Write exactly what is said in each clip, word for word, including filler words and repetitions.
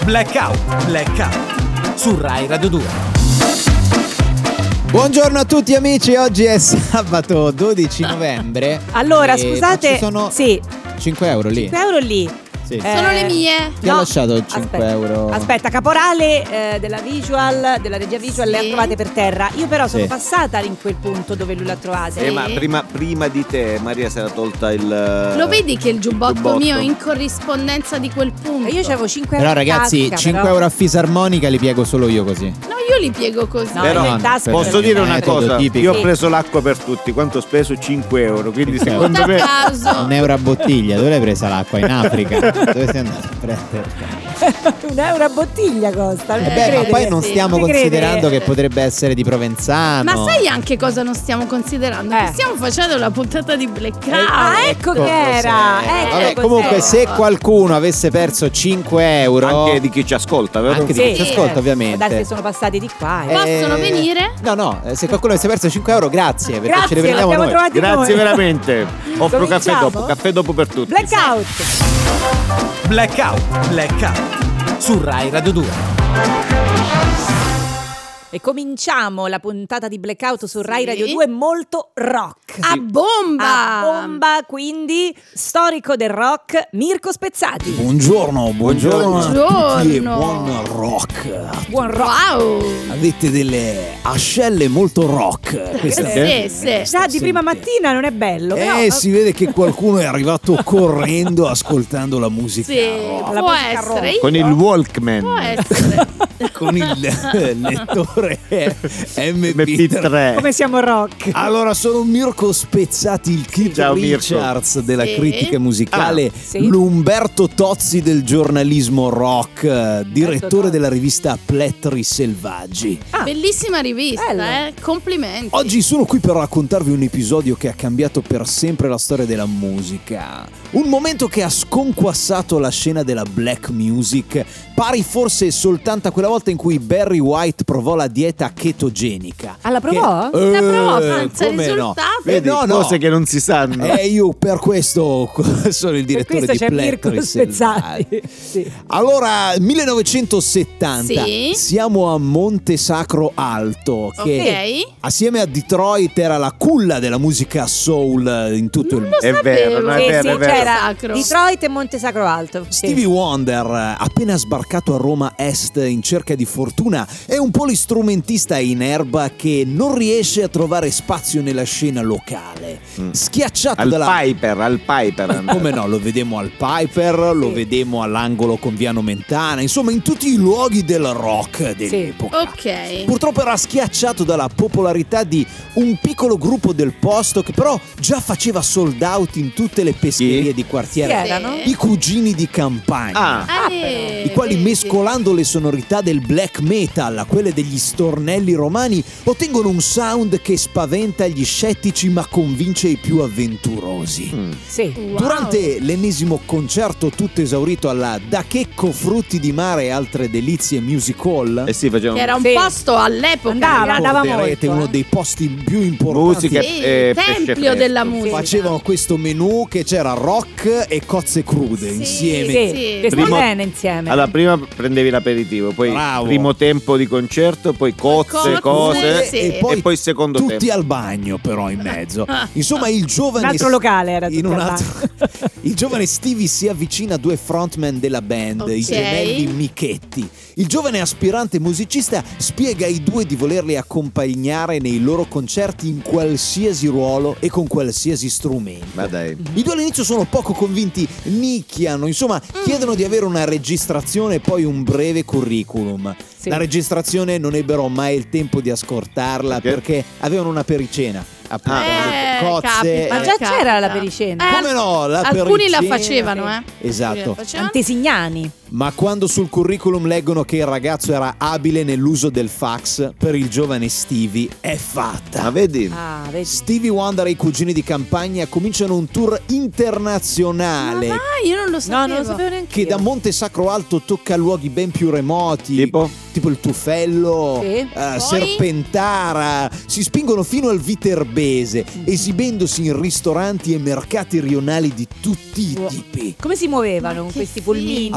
Blackout, Blackout su Rai Radio due. Buongiorno a tutti amici, oggi è sabato dodici novembre. Allora, e scusate, ci sono sì, cinque euro lì. cinque euro lì. Sì. Eh, Sono le mie. Ti ha lasciato cinque aspetta, euro. Aspetta, Caporale eh, della Visual, della regia Visual, Sì. le ha trovate per terra. Io però sono Sì. passata in quel punto dove lui l'ha trovate. Eh, ma prima, prima di te Maria si era tolta il... Lo vedi che il giubbotto, giubbotto. mio è in corrispondenza di quel punto? E io c'avevo cinque euro. Però ragazzi, in tasca, cinque però. euro a fisarmonica li piego solo io così. No, io li piego così. No, Però io in tasca posso per- dire una metodo cosa, tipico. io ho Sì. preso l'acqua per tutti, quanto ho speso? cinque euro, quindi Cinque secondo Da me... caso. Un euro a bottiglia, dove l'hai presa l'acqua? In Africa? Dove sei andato a prendere? un euro a bottiglia costa. Eh non beh, ma crede? poi non sì. stiamo Non considerando crede? che potrebbe essere di Provenzano. Ma sai anche cosa non stiamo considerando? Eh. Che stiamo facendo la puntata di Blackout. Ah, ecco che era. cos'è. Ecco Vabbè, cos'è. comunque se qualcuno avesse perso cinque euro, Anche di chi ci ascolta, vero? anche di Sì. chi ci ascolta ovviamente. Dai, che sono passati di qua. eh. Possono venire? No, no, eh, se qualcuno avesse perso cinque euro, grazie, perché Grazie, ce li prendiamo l'abbiamo noi. trovati Grazie noi. veramente. Offro caffè Cominciamo? dopo, caffè dopo per tutti. Blackout. Blackout, Blackout su Rai Radio due. E cominciamo la puntata di Blackout su Rai Sì. Radio due molto rock. A bomba! A bomba, quindi storico del rock Mirko Spezzati. Buongiorno, buongiorno, a tutti e Buongiorno. buon rock. Buon rock. Wow! Avete delle ascelle molto rock. Questa Sì, sì. Già di prima mattina non è bello. però- Eh, si vede che qualcuno è arrivato correndo ascoltando la musica Sì, rock. La può musica essere. Con il Walkman. Può essere. Con il lettore M M P P tre. tre. Come siamo rock. Allora, sono Mirko Spezzati, il Keith Ciao, Mirko. Richards della Sì. critica musicale, Ah, sì. l'Umberto Tozzi del giornalismo rock, eh, direttore Tozzi. della rivista Plettri Selvaggi. Ah, Bellissima rivista, Bello. eh? Complimenti. Oggi sono qui per raccontarvi un episodio che ha cambiato per sempre la storia della musica. Un momento che ha sconquassato la scena della black music, pari forse soltanto a quella volta in cui Barry White provò la dieta chetogenica. Ah, la provò? Che- La provò, Eh, Franza, il come no? risultato? Vedi, Eh, no, no. cose che non si sanno. Eh, io per questo sono il direttore questo di c'è Mirko Plettri Spezzati. Selvaggi. Sì. Allora, millenovecentosettanta, Sì. siamo a Monte Sacro Alto, che Ok. assieme a Detroit era la culla della musica soul in tutto il mondo. È vero, non è Sì, vero, sì, è vero. c'era Sacro. Detroit e Monte Sacro Alto. Sì. Stevie Wonder, appena sbarcato a Roma Est in cerca di fortuna, è un polistrumentista in erba che non riesce a trovare spazio nella scena locale. Mm. Schiacciato Al dalla... Piper, al Piper. Come no, lo vedemo al Piper, lo Sì. vedemo all'angolo con Viano Mentana, insomma in tutti i luoghi del rock dell'epoca. Ok. Purtroppo era schiacciato dalla popolarità di un piccolo gruppo del posto che però già faceva sold out in tutte le pescherie Chi? di quartiere. Chi erano? I cugini di campagna. Ah, Eh, I quali, vedi. mescolando le sonorità del black metal a quelle degli stornelli romani, ottengono un sound che spaventa gli scettici ma convince i più avventurosi. mm. Sì. Wow. Durante l'ennesimo concerto tutto esaurito alla Da Checco Frutti di Mare e altre delizie music hall, Eh sì, facevamo Che era un Sì. posto all'epoca. Andava, andava troverete molto, uno eh. dei posti più importanti. musica Sì, e pesce tempio fresco. della musica. Facevano questo menù che c'era rock e cozze crude Sì. insieme. Sì, Sì. che sta Primo- bene insieme. Allora, prima prendevi l'aperitivo, poi Bravo. primo tempo di concerto, poi cozze, Cozze, cose sì. E poi, e poi secondo tutti tempo. al bagno però in mezzo. Insomma il giovane Un altro locale era in tutto un al altro il giovane Stevie si avvicina a due frontman della band, i Ok. gemelli Michetti. Il giovane aspirante musicista spiega ai due di volerli accompagnare nei loro concerti in qualsiasi ruolo e con qualsiasi strumento. Ma dai. I due all'inizio sono poco convinti, nicchiano, insomma, chiedono di avere una registrazione e poi un breve curriculum. Sì. La registrazione non ebbero mai il tempo di ascoltarla Perché? perché avevano una pericena. Appunto, Eh, cozze. capita, Ma già capita. c'era la pericena. Eh, Come no? La alcuni la pericena. facevano, eh. Esatto. Alcuni la facevano. Antesignani. Ma quando sul curriculum leggono che il ragazzo era abile nell'uso del fax, per il giovane Stevie è fatta. Ma vedi? Ah, vedi. Stevie Wonder e i cugini di campagna cominciano un tour internazionale Ma vai, io non lo sapevo. No, non lo sapevo neanche che da Monte Sacro Alto tocca luoghi ben più remoti, Tipo? tipo il Tuffello, Sì. eh, Poi? Serpentara, si spingono fino al Viterbese, esibendosi in ristoranti e mercati rionali di tutti i Wow. tipi. Come si muovevano con che questi figo. pulmini? Allora, no? loro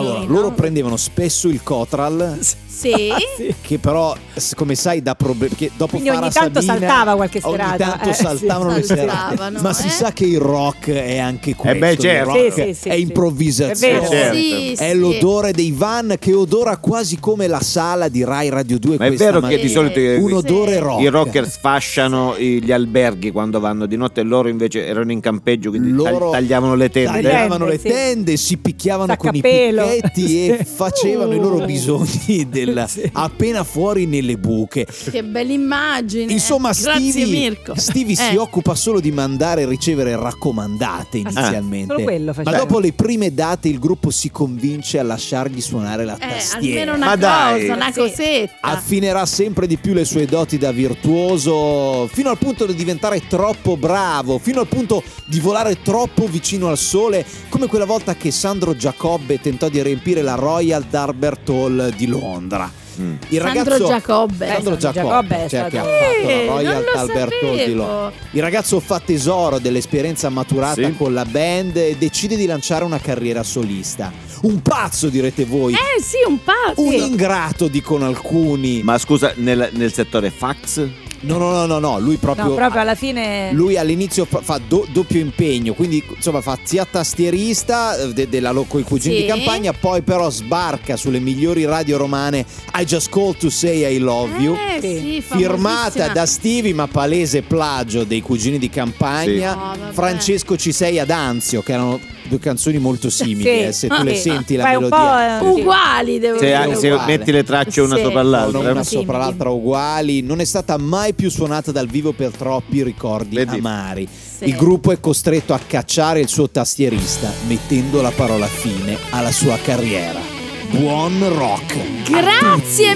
loro prendevano spesso il Cotral, Sì. che però, s- come sai, dà problemi. Che dopo Quindi Fara ogni tanto Sabina, saltava qualche ogni serata. tanto Eh, saltavano sì, le serate. saltavano, Ma si eh. sa che il rock è anche questo. beh, il certo. rock Sì, sì, sì, è sì. improvvisazione. È vero. Certo. Sì, È sì. l'odore dei van che odora quasi come la sala di Rai Radio due. Ma è questa vero mattina. che di solito i- un odore rock. i rocker sfasciano i- gli alberghi quando vanno di notte e loro invece erano in campeggio, quindi Loro tagli- tagliavano le tende. tagliavano le Sì. tende, si picchiavano con i Staccapelo. picchetti e facevano i loro Uh. bisogni del, Sì. appena fuori nelle buche. Che bella immagine. Insomma, Grazie Stevie, Mirko. Stevie si Eh. occupa solo di mandare e ricevere raccomandate inizialmente. Solo quello Ma faceva. dopo le prime date il gruppo si convince a lasciargli suonare la Eh, tastiera. almeno una Ma cosa, dai. una Sì. cosetta. Affinerà sempre di più le sue doti da virtuoso, fino al punto di diventare troppo bravo, fino al punto di volare troppo vicino al sole, come quella volta che Sandro Giacobbe tentò di riempire la Royal Albert Hall di Londra. Mm. Il Sandro ragazzo Giacobbe. Sandro Eh, Sandro Giacobbe, Giacobbe è cioè, stato- che ha fatto Eh, la Royal non lo Albert Hall di sapevo. Londra. Il ragazzo fa tesoro dell'esperienza maturata Sì. con la band e decide di lanciare una carriera solista. Un pazzo, direte voi. Eh sì, un pazzo. Un ingrato, dicono alcuni. Ma scusa, nel, nel settore fax? No, no, no, no, no, lui proprio, No, proprio alla fine. lui all'inizio fa, fa do- doppio impegno, quindi insomma fa sia tastierista eh, de- della con i cugini Sì. di campagna, poi però sbarca sulle migliori radio romane I Just Called to Say I Love You, Eh sì, firmata famosissima. da Stevie ma palese plagio dei cugini di campagna. Sì. No, vabbè. Francesco Ci sei ad Anzio, che erano due canzoni molto simili, Sì. eh, se tu le Sì. senti la Fai un melodia. po', eh, Uguali, devo Se, dire. anche se uguale. metti le tracce una Sì. sopra Sono l'altra. una Simili. sopra l'altra uguali, non è stata mai più suonata dal vivo per troppi ricordi Vedi? amari. Sì. Il gruppo è costretto a cacciare il suo tastierista, mettendo la parola fine alla sua carriera. Buon rock! Grazie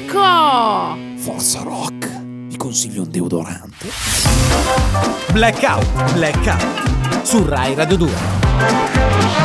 Mirko! Forza rock! Vi consiglio un deodorante. Blackout, blackout. Su Rai Radio due.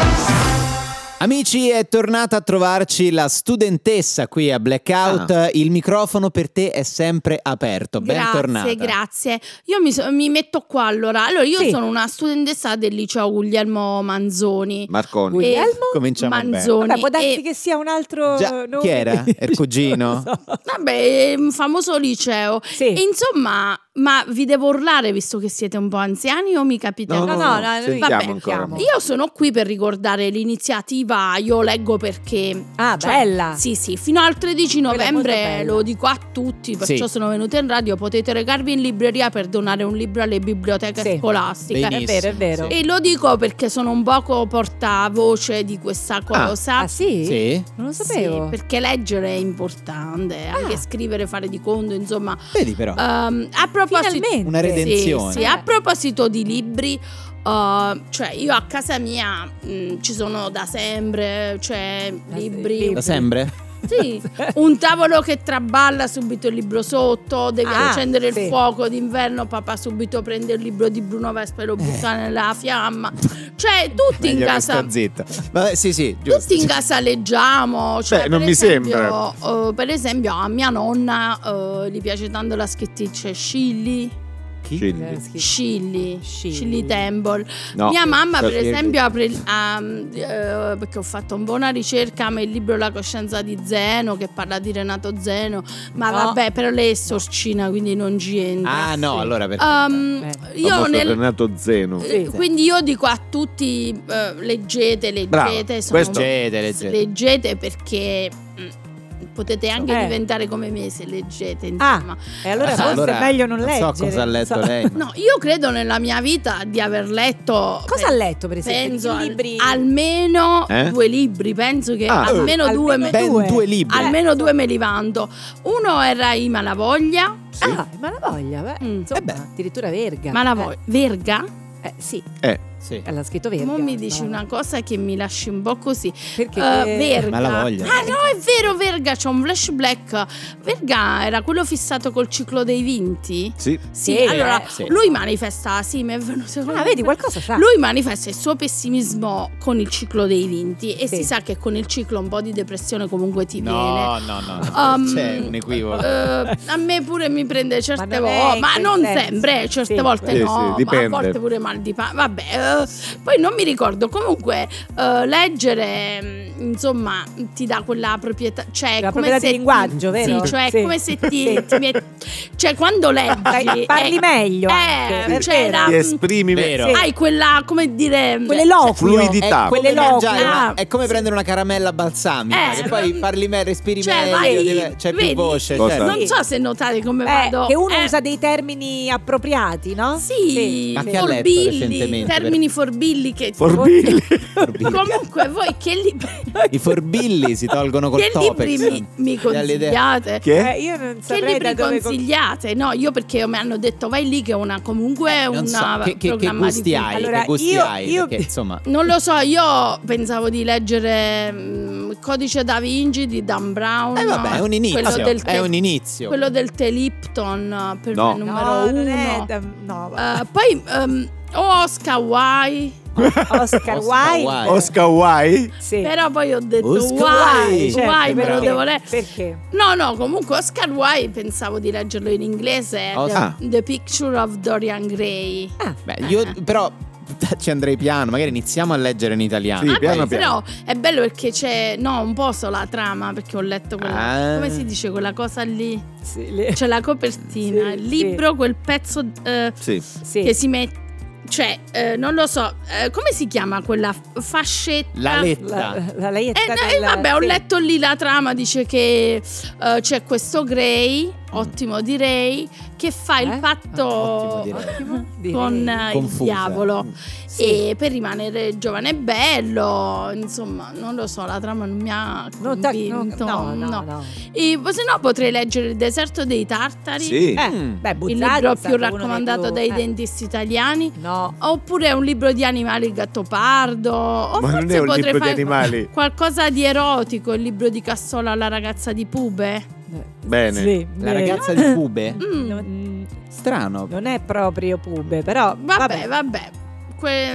Amici, è tornata a trovarci la studentessa qui a Blackout. Ah. Il microfono per te è sempre aperto. Bentornata. Grazie, grazie. Io mi, so- mi metto qua allora. Allora, io Sì. sono una studentessa del liceo Guglielmo Manzoni. Marconi. Guglielmo? Cominciamo Manzoni. Vabbè, può darsi E- che sia un altro Già, nome. chi era? È il cugino? Non lo so. Vabbè, è un famoso liceo. Sì. E insomma, ma vi devo urlare visto che siete un po' anziani o mi capite? No, No, no, no, no, no, noi sentiamo vabbè, ancora. siamo. Io sono qui per ricordare l'iniziativa Io leggo perché. Ah, cioè, bella. Sì, sì, fino al tredici Quella è molto novembre bella. lo dico a tutti, perciò Sì. sono venuta in radio, potete recarvi in libreria per donare un libro alle biblioteche Sì. scolastiche. Benissimo. È vero, è vero. Sì. E lo dico perché sono un poco portavoce di questa cosa. Ah, sì? Sì? Non lo Sì, sapevo. perché leggere è importante, anche Ah. scrivere, fare di conto, insomma. Vedi però. Ehm, a proposito, Finalmente. Una redenzione. sì, sì, a proposito di libri, uh, cioè io a casa mia mh, ci sono da sempre, cioè Da- libri. libri. Da sempre? Sì, un tavolo che traballa, subito il libro sotto, devi Ah, accendere sì. il fuoco d'inverno, papà subito prende il libro di Bruno Vespa e lo butta nella fiamma. Cioè, tutti in Meglio che casa sta zitta. Vabbè, sì, sì, giusto. tutti in casa leggiamo, cioè, Beh, non per mi esempio, sembra. eh, per esempio a mia nonna eh, gli piace tanto la scrittrice Shirley Scegli. Eh, schifo. Shirley Shirley. Shirley Temple. No. Mia mamma per Perché- esempio apre il- ha, eh, perché ho fatto un po' una ricerca, ama il libro La coscienza di Zeno che parla di Renato Zeno, ma No. vabbè, però lei è sorcina quindi non ci entra. Ah, no, Sì. allora perché? Um, Eh. io Famoso nel, Renato Zeno. eh, Sì. quindi io dico a tutti eh, leggete, leggete, Brava, sono- questo- Leggete, leggete. leggete perché mm, potete anche Eh. diventare come me se leggete, Ah, insomma. e allora Ah, forse allora è meglio non non leggere. so cosa ha letto non so. lei. No, io credo nella mia vita di aver letto Cosa ha letto, per esempio? penso Di al- libri? almeno Eh? due libri, penso che Ah. almeno Eh, due almeno me- Ben due. due libri. almeno due me li vanto. Uno era I Malavoglia. Ah, ma la voglia, beh. Mm. Insomma, Eh beh. addirittura Verga. Malavoglia. Verga? Eh, eh, sì, Eh, Sì. l'ha scritto Verga. Mo mi dici no? una cosa che mi lasci un po' così. Perché? Eh, che- Verga. Malavoglia. Ah no, è vero, Verga, c'è un flashback. Verga era quello fissato col ciclo dei vinti? sì. Sì, Sì, allora eh, sì. lui manifesta, sì, mi è venuto Ah, vedi, qualcosa sa. Lui manifesta il suo pessimismo con il ciclo dei vinti e Sì. si sa che con il ciclo un po' di depressione comunque ti viene. No, no, no, no. Um, C'è un equivoco. Eh, a me pure mi prende certe Ma non è volte, in ma quel non senso. sempre, certe Sì. volte Sì, no, sì, ma a dipende. volte pure mal di pancia. Vabbè, eh, poi non mi ricordo. Comunque eh, leggere, insomma, ti dà quella proprietà, cioè La come proprietà se di linguaggio, ti, vero? Sì, cioè Sì. come se ti, ti met- cioè quando leggi Dai, parli eh, meglio eh, anche, è cioè, vero. la- Ti esprimi Vero. Sì. hai quella, come dire, Quell'eloquio. fluidità. È Quelle come mangiare loquio. una- è come prendere una caramella balsamica, Eh, che poi mm, parli meglio, respiri cioè, meglio, vai- deve- c'è vedi? più voce. Cosa? certo. non so se notate come Eh, vado che uno eh, usa dei termini appropriati, no? sì, Ma che ha letto forbilli, recentemente? termini forbilli che Forbilli. comunque voi che libri I forbilli si tolgono col che Topex. libri mi, mi Dalle idee. consigliate? Che? Eh, io non Che saprei da libri dove consigliate? No, io perché mi hanno detto vai lì che è una comunque Eh, non una so, che, che- che programma gusti di hai? Allora, che gusti io- hai? io- Perché, insomma, Non lo so, io pensavo di leggere mm, Codice da Vinci di Dan Brown. eh vabbè, è un inizio. Quello del È te- un inizio. quello del Tè Lipton per No. me numero No, uno. non è da- no, va. Eh, poi um, Oscar Wilde. Oscar Oscar Wilde. Wilde. Oscar Wilde? Sì. Però poi ho detto Oscar why, Wilde, certo, why me lo perché? devo leggere. Perché? No, no, comunque Oscar Wilde pensavo di leggerlo in inglese. Oh, The, ah. The Picture of Dorian Gray. Beh, io però ci andrei piano, magari iniziamo a leggere in italiano. Sì, Vabbè, piano piano. però è bello perché c'è, no, un po' solo la trama, perché ho letto quella, Ah. come si dice quella cosa lì? Sì, le- C'è la copertina, Sì, il libro, quel pezzo eh, Sì. sì. che si mette, cioè, eh, non lo so, eh, come si chiama quella f- fascetta? La letta. La, la letta Eh, no, eh, del- vabbè, ho sì. letto lì la trama, dice che eh, c'è questo Grey, ottimo direi, che fa il Eh? patto Ottimo direi. Ottimo, direi. con eh, il Confusa. diavolo. Sì. E per rimanere giovane e bello, insomma, non lo so, la trama non mi ha Non t'ha- convinto. non- no, no, no. E se no potrei leggere Il deserto dei tartari, Sì. Eh, Mm. beh, il Buzzati libro è più stato uno dei raccomandato più- dai eh, dentisti italiani. No. Oppure un libro di animali, il Gattopardo. O Ma non forse è un potrei libro di fare animali. qualcosa di erotico, il libro di Cassola alla ragazza di Pube. Bene. Sì, La beh, ragazza di Pube? Mm. non, Strano. non è proprio pube, però Vabbè, vabbè. vabbè. Que-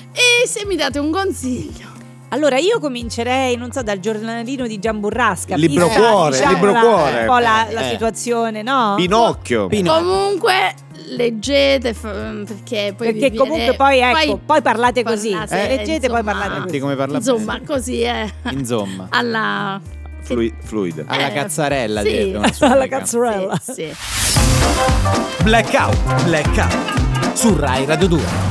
E se mi date un consiglio? Allora io comincerei, non so, dal giornalino di Gian Burrasca. Il libro vista, cuore, diciamo, il libro la- cuore. Un po' la, la Eh. situazione, no? Pinocchio. Pino- Comunque leggete f- perché poi vi Perché viene- comunque poi ecco, poi, parlate così. parlate, Se leggete poi insomma, parlate Senti così. come parla Insomma, bene. così è. Insomma. Alla Flui- fluida. Alla Eh, cazzarella sì. direbbe una sua Alla amica. cazzurella. Sì, sì. Blackout, blackout. Su Rai Radio due.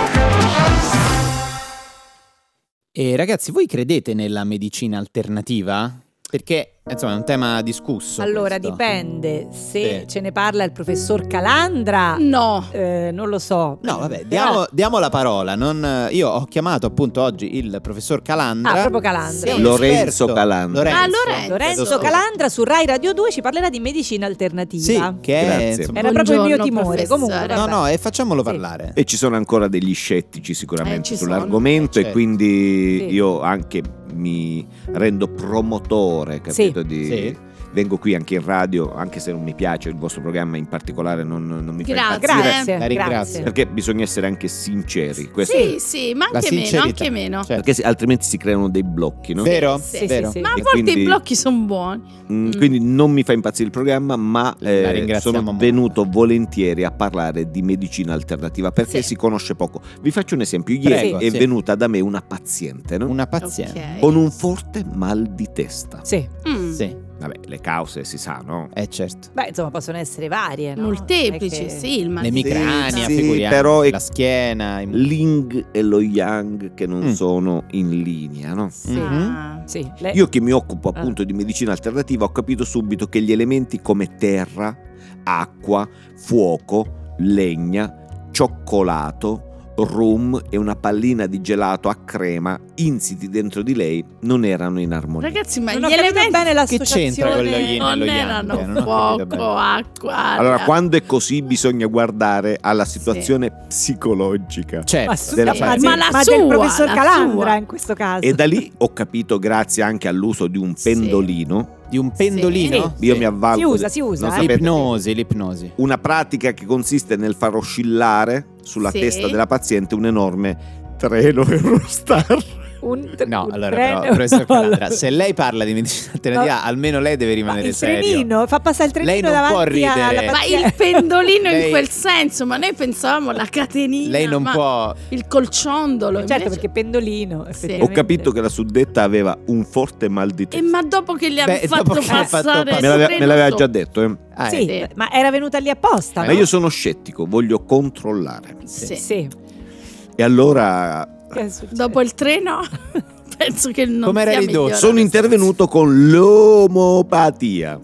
E ragazzi, voi credete nella medicina alternativa? Perché insomma è un tema discusso. Allora questo. dipende se Sì. ce ne parla il professor Calandra. No. eh, non lo so. No, vabbè, Però- diamo, diamo la parola. Non, io ho chiamato appunto oggi il professor Calandra. Ah, proprio Calandra. Sì, un Lorenzo esperto. Calandra. Ah, Lorenzo. Lorenzo Credo- Calandra su Rai Radio due ci parlerà di medicina alternativa. Sì, che è, Grazie. insomma, Era proprio il mio Buongiorno, timore. professore. Comunque, No, vabbè. no, e facciamolo Sì. parlare. E ci sono ancora degli scettici sicuramente Eh, ci sull'argomento sono. e quindi Sì. io anche mi rendo promotore, capito? Sì. Di... Sì. Vengo qui anche in radio, anche se non mi piace il vostro programma in particolare, non, non mi fa Grazie. impazzire. Grazie, La ringrazio. grazie. Perché bisogna essere anche sinceri, questo- Sì, sì, ma La anche meno, sincerità. anche meno. Certo. perché se- altrimenti si creano dei blocchi, no? Vero? Sì, sì, Vero? sì, sì. Ma a E volte quindi- i blocchi sono buoni. Mm, Mm. Quindi non mi fa impazzire il programma, ma eh, La ringraziamo sono molto. venuto volentieri a parlare di medicina alternativa perché Sì. si conosce poco. Vi faccio un esempio: ieri Prego, è sì. venuta da me una paziente, no? Una paziente. Ok. con un forte mal di testa. Sì. Mm. Sì, Vabbè, le cause si sa, no? eh certo. Beh, insomma, possono essere varie, no? Molteplici, Non è che- sì, il mal Le di micrania, sì, figuriamoci, però è- la schiena. i- L'Ing e lo Yang che non Mm. sono in linea, no? Sì. Mhm. Sì, lei- Io che mi occupo Ah. appunto di medicina alternativa ho capito subito che gli elementi come terra, acqua, fuoco, legna, cioccolato, rum e una pallina di gelato a crema insiti dentro di lei non erano in armonia. Ragazzi, ma non ho gli capito elementi bene Che l'associazione. c'entra con lo yin e non lo yang? erano Eh, non ho capito bene. fuoco, acqua, aria. Allora, quando è così bisogna guardare alla situazione psicologica. Certo. Ma, su- della ma, paziente. Ma la ma sua, del professor la Calandra sua. in questo caso. E da lì ho capito, grazie anche all'uso di un Sì. pendolino, Di un pendolino? Sì. io mi avvalgo. Si usa, si usa, non eh. sapete- L'ipnosi, l'ipnosi. Una pratica che consiste nel far oscillare sulla Sì. testa della paziente un enorme treno Eurostar. Un tre- No, un allora treno. però, professor No, Calandra, allora- se lei parla di medicina alternativa, No. almeno lei deve Ma rimanere il serio. trenino, fa passare il trenino Lei non può davanti alla ridere. Ma paziente. il pendolino Lei- in quel senso, ma noi pensavamo la catenina. Lei non ma può. Il colciondolo. Certo, invece- perché pendolino. Sì. effettivamente. Ho capito che la suddetta aveva un forte mal di E testa. ma dopo che gli ha Beh, fatto dopo che ha fatto passare passare- Me l'aveva, il me l'aveva treno già so- detto, eh. Ah, Sì, Sì. ma era venuta lì apposta. Ma no? io sono scettico, voglio controllare. Sì. Sì. E allora Che è successo? Dopo il treno penso che non Com'era sia ridotto? migliore. sono intervenuto con l'omopatia.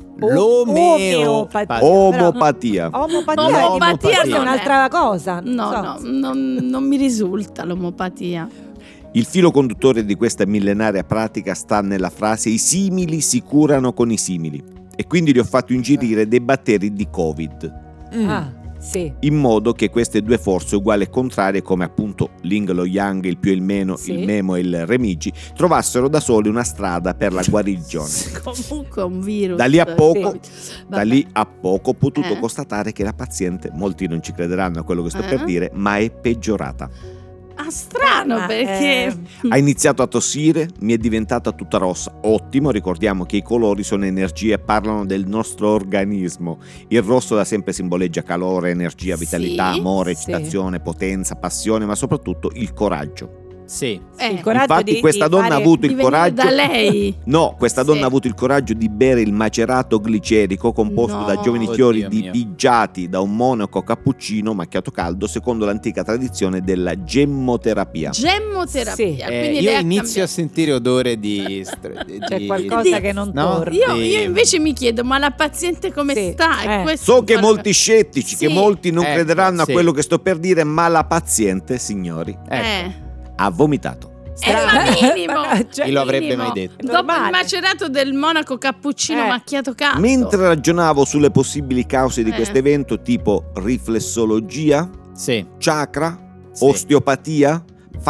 Omeopatia. Omopatia. Però- Omopatia, Omopatia forse è non è. un'altra cosa. non No, so. no, non, non mi risulta l'omopatia. Il filo conduttore di questa millenaria pratica sta nella frase: i simili si curano con i simili. E quindi li ho fatto ingierire dei batteri di Covid, Mm. Ah, sì. in modo che queste due forze uguali e contrarie, come appunto l'Ing, lo Yang, il più e il meno, Sì. il Memo e il Remigi, trovassero da soli una strada per la guarigione. Comunque è un virus. Da lì a poco, Sì. Da Vabbè. lì a poco ho potuto Eh. constatare che la paziente, molti non ci crederanno a quello che sto Eh. per dire, ma è peggiorata. Ah, strano, Ma, perché eh, Ha iniziato a tossire, mi è diventata tutta rossa. Ottimo, ricordiamo che i colori sono energie e parlano del nostro organismo. Il rosso da sempre simboleggia calore, energia, vitalità, Sì, amore, sì. eccitazione, potenza, passione, ma soprattutto il coraggio. Sì. eh, il coraggio Infatti di- questa di donna ha fare- avuto di il venire coraggio da lei. No, questa Sì. donna ha avuto il coraggio di bere il macerato glicerico composto No. da giovani Oddio fiori mio. divigiati da un monaco cappuccino macchiato caldo secondo l'antica tradizione della gemmoterapia. Gemmoterapia. Sì. Eh, Quindi io lei ha inizio a cambiato. sentire odore di. str- C'è di- qualcosa Di- che non no? torna. Io, Sì. io invece mi chiedo, ma la paziente come Sì, sta? E eh. questo So che fa- molti scettici, che Sì. molti non Ecco, crederanno sì. a quello che sto per dire, ma la paziente, signori, Ecco. Eh. ha vomitato. Eh, ma minimo. Ma- cioè, Chi lo avrebbe minimo. mai detto? Dopo Normale. il macerato del monaco cappuccino Eh. macchiato caldo. Mentre ragionavo sulle possibili cause di Eh. questo evento, tipo riflessologia, Sì. chakra, Sì. osteopatia,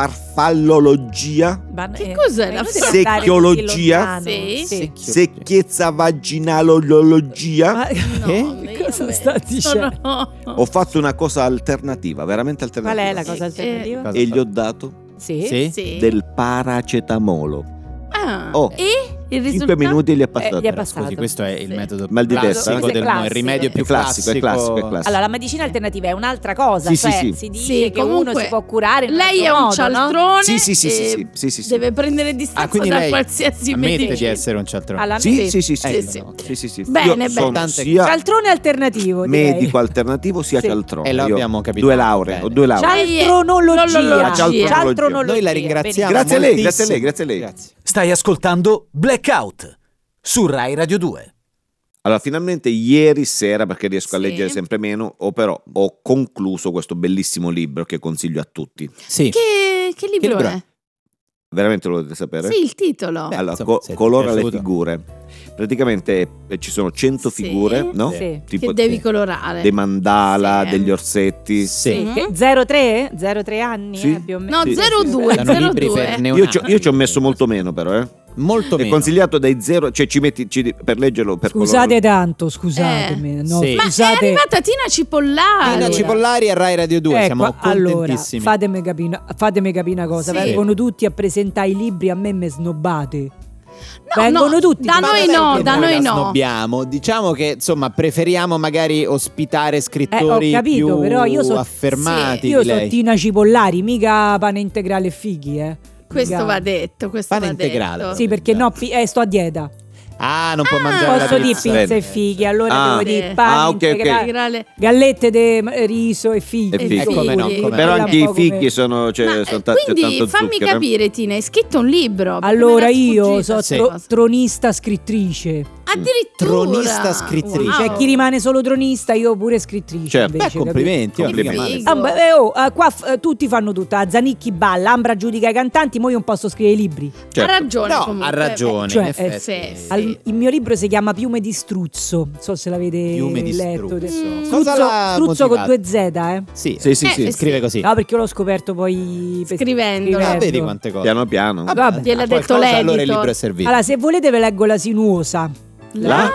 farfallologia, Ma- Che eh, cos'è ma la inutile fa- andare così secchiologia? lontano. Sì. Sì. secchiezza vaginalologia. Ma No, Eh? io cosa beh, sta dicendo? sono- Ho fatto una cosa alternativa, veramente Qual alternativa. è la cosa alternativa? Cosa E fa? gli ho dato Sì. Sì? Sì. del paracetamolo. Ah, Oh. E il risultato? cinque minuti e gli è Eh, passato. gli è Però, passato. Scusi, questo è il Sì. metodo Mal di classico testa, eh? del Questo è mo- il classico. rimedio più È classico, è classico, è classico. Allora, la medicina alternativa è un'altra cosa, Sì, sì, cioè sì. si dice Sì, che comunque, uno si può curare in un Lei è altro un modo, no? cialtrone. Sì, sì, sì, sì, e sì, sì, sì, sì. Deve prendere distanza Ah, quindi da lei qualsiasi ammette medicina. di essere un cialtrone. Alla Sì, mente. sì, sì, sì, Ecco. sì, sì, sì, sì. Bene, Io bene. sono Tante- sia Cialtrone alternativo, direi. medico alternativo sia Sì. cialtrone. E lo Io abbiamo capito. Due lauree, Bene. ho due lauree. Cialtronologia. Cialtronologia. Cialtronologia. Noi la ringraziamo. Grazie a lei, moltissimo. grazie a lei, grazie a lei. Grazie. Stai ascoltando Blackout su Rai Radio due. Allora, finalmente ieri sera, perché riesco a Sì. leggere sempre meno, ho però ho concluso questo bellissimo libro che consiglio a tutti. Sì. Che, che libro, libro è? è? Veramente lo dovete sapere? Sì, il titolo. Beh, Allora, insomma, co- se ti è colora le piaciuto. figure. Praticamente eh, ci sono cento Sì. figure, no? Sì. Tipo che devi sì. colorare. dei mandala, Sì. degli orsetti. Sì. Mm. Che- zero tre? zero tre anni, Sì. eh, più o meno. No, Sì. zero due, Sono zero libri due. per Io neonati. ci, ho, io ci ho messo molto meno però, eh. molto È meno. consigliato dai zero, cioè ci metti ci- per leggerlo per Scusate tanto, scusatemi. Eh. No, Sì. Ma è scusate. arrivata Tina Cipollari. Tina Cipollari a Rai Radio due, Ecco, siamo allora, contentissimi. fatemi capire fatemi capire una cosa. Sì. Vengono tutti a presentare i libri, a me me snobbate. No, Vengono no, tutti. da Ma noi non è no, che da noi noi la no. snobbiamo. Diciamo che insomma preferiamo magari ospitare Eh, scrittori ho capito, più però io so- affermati Io di sono lei. Tina Cipollari, mica pane integrale e fighi, eh. Questo Mica- va detto, questo Pane va integrale. detto. Sì, perché no, pi- eh, sto a dieta. Ah, non può Ah, mangiare la Posso dire pizza. pizza e Bene. fighi, allora Ah. devo dire Sì. pane Ah, ok, ok. integrale, Integrale. gallette di riso e fighi. E fighi. Eh, come no, Fighi. come Però Quella anche i un po' come- fighi sono, cioè, Ma, sono eh, ta- c'è quindi tanto fammi zucchero. capire, Tina, hai scritto un libro. Allora Me n'è io sfuggita sono sta tro- cosa. tronista scrittrice. Addirittura Tronista scrittrice. Wow. Cioè chi rimane solo tronista, io pure scrittrice Certo. invece, Beh, complimenti. Complimenti. mica male. Figo. capito? Ah, beh, eh, oh, eh, qua f- eh, tutti fanno tutto. Ah, Zanicchi balla, Ambra giudica i cantanti, mo io non posso scrivere i libri. Certo. Ha ragione No, comunque. ha ragione. Cioè, in eh, effetti. sì, sì. Al- il mio libro si chiama Piume di Struzzo. Non so se l'avete Piume di letto. Struzzo. Mm. Struzzo, Cosa l'ha Struzzo con motivato? due Z, eh. Sì, Sì, sì, Eh, sì. eh, scrive così. No, perché l'ho scoperto poi per- Scrivendolo. Ah, vedi quante cose. Piano piano. Vabbè. Gliel'ha A detto qualcosa l'editor. allora il libro è servito. Allora, se volete ve leggo La Sinuosa. La?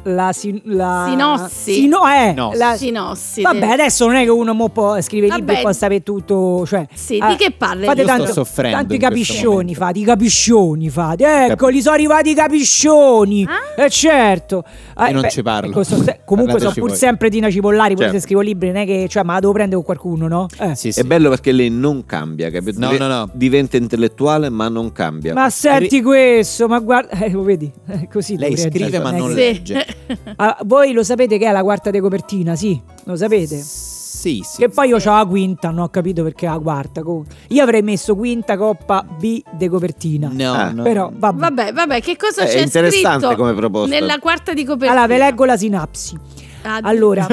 la, sin- la Sinossi. Sino- eh, No. la- Sinossi. Vabbè, adesso non è che uno mo può scrivere libri Vabbè. e può sapere tutto, cioè Sì, ah, di che parli? fate Io sto tanto- soffrendo tanti in questo capiscioni momento. fate, i capiscioni fate. Eccoli, sono arrivati i capiscioni. Ah? Eh certo. Eh, Io non beh, ci parlo. ecco, so- se- comunque sono Parlateci pur voi. sempre Tina Cipollari, pure Certo. se scrivo libri, non è che cioè, ma la devo prendere con qualcuno, no? Eh. Sì, sì. È bello perché lei non cambia, capito? No, Dive- no, no. Diventa intellettuale ma non cambia. Ma senti questo, ma guarda, eh, lo vedi? Eh, così Lei dovrei scrive agire. ma Eh, non sì. legge. Ah, voi lo sapete che è la quarta di copertina, sì? Lo sapete? Sì, sì. Che poi io ho la quinta, non ho capito perché la quarta. comunque. Io avrei messo quinta coppa B de copertina. No, Ah. no. Però vabbè. Vabbè, vabbè, che cosa Eh, c'è è interessante scritto come proposta. nella quarta di copertina? Allora, ve leggo la sinapsi. Ah, Allora,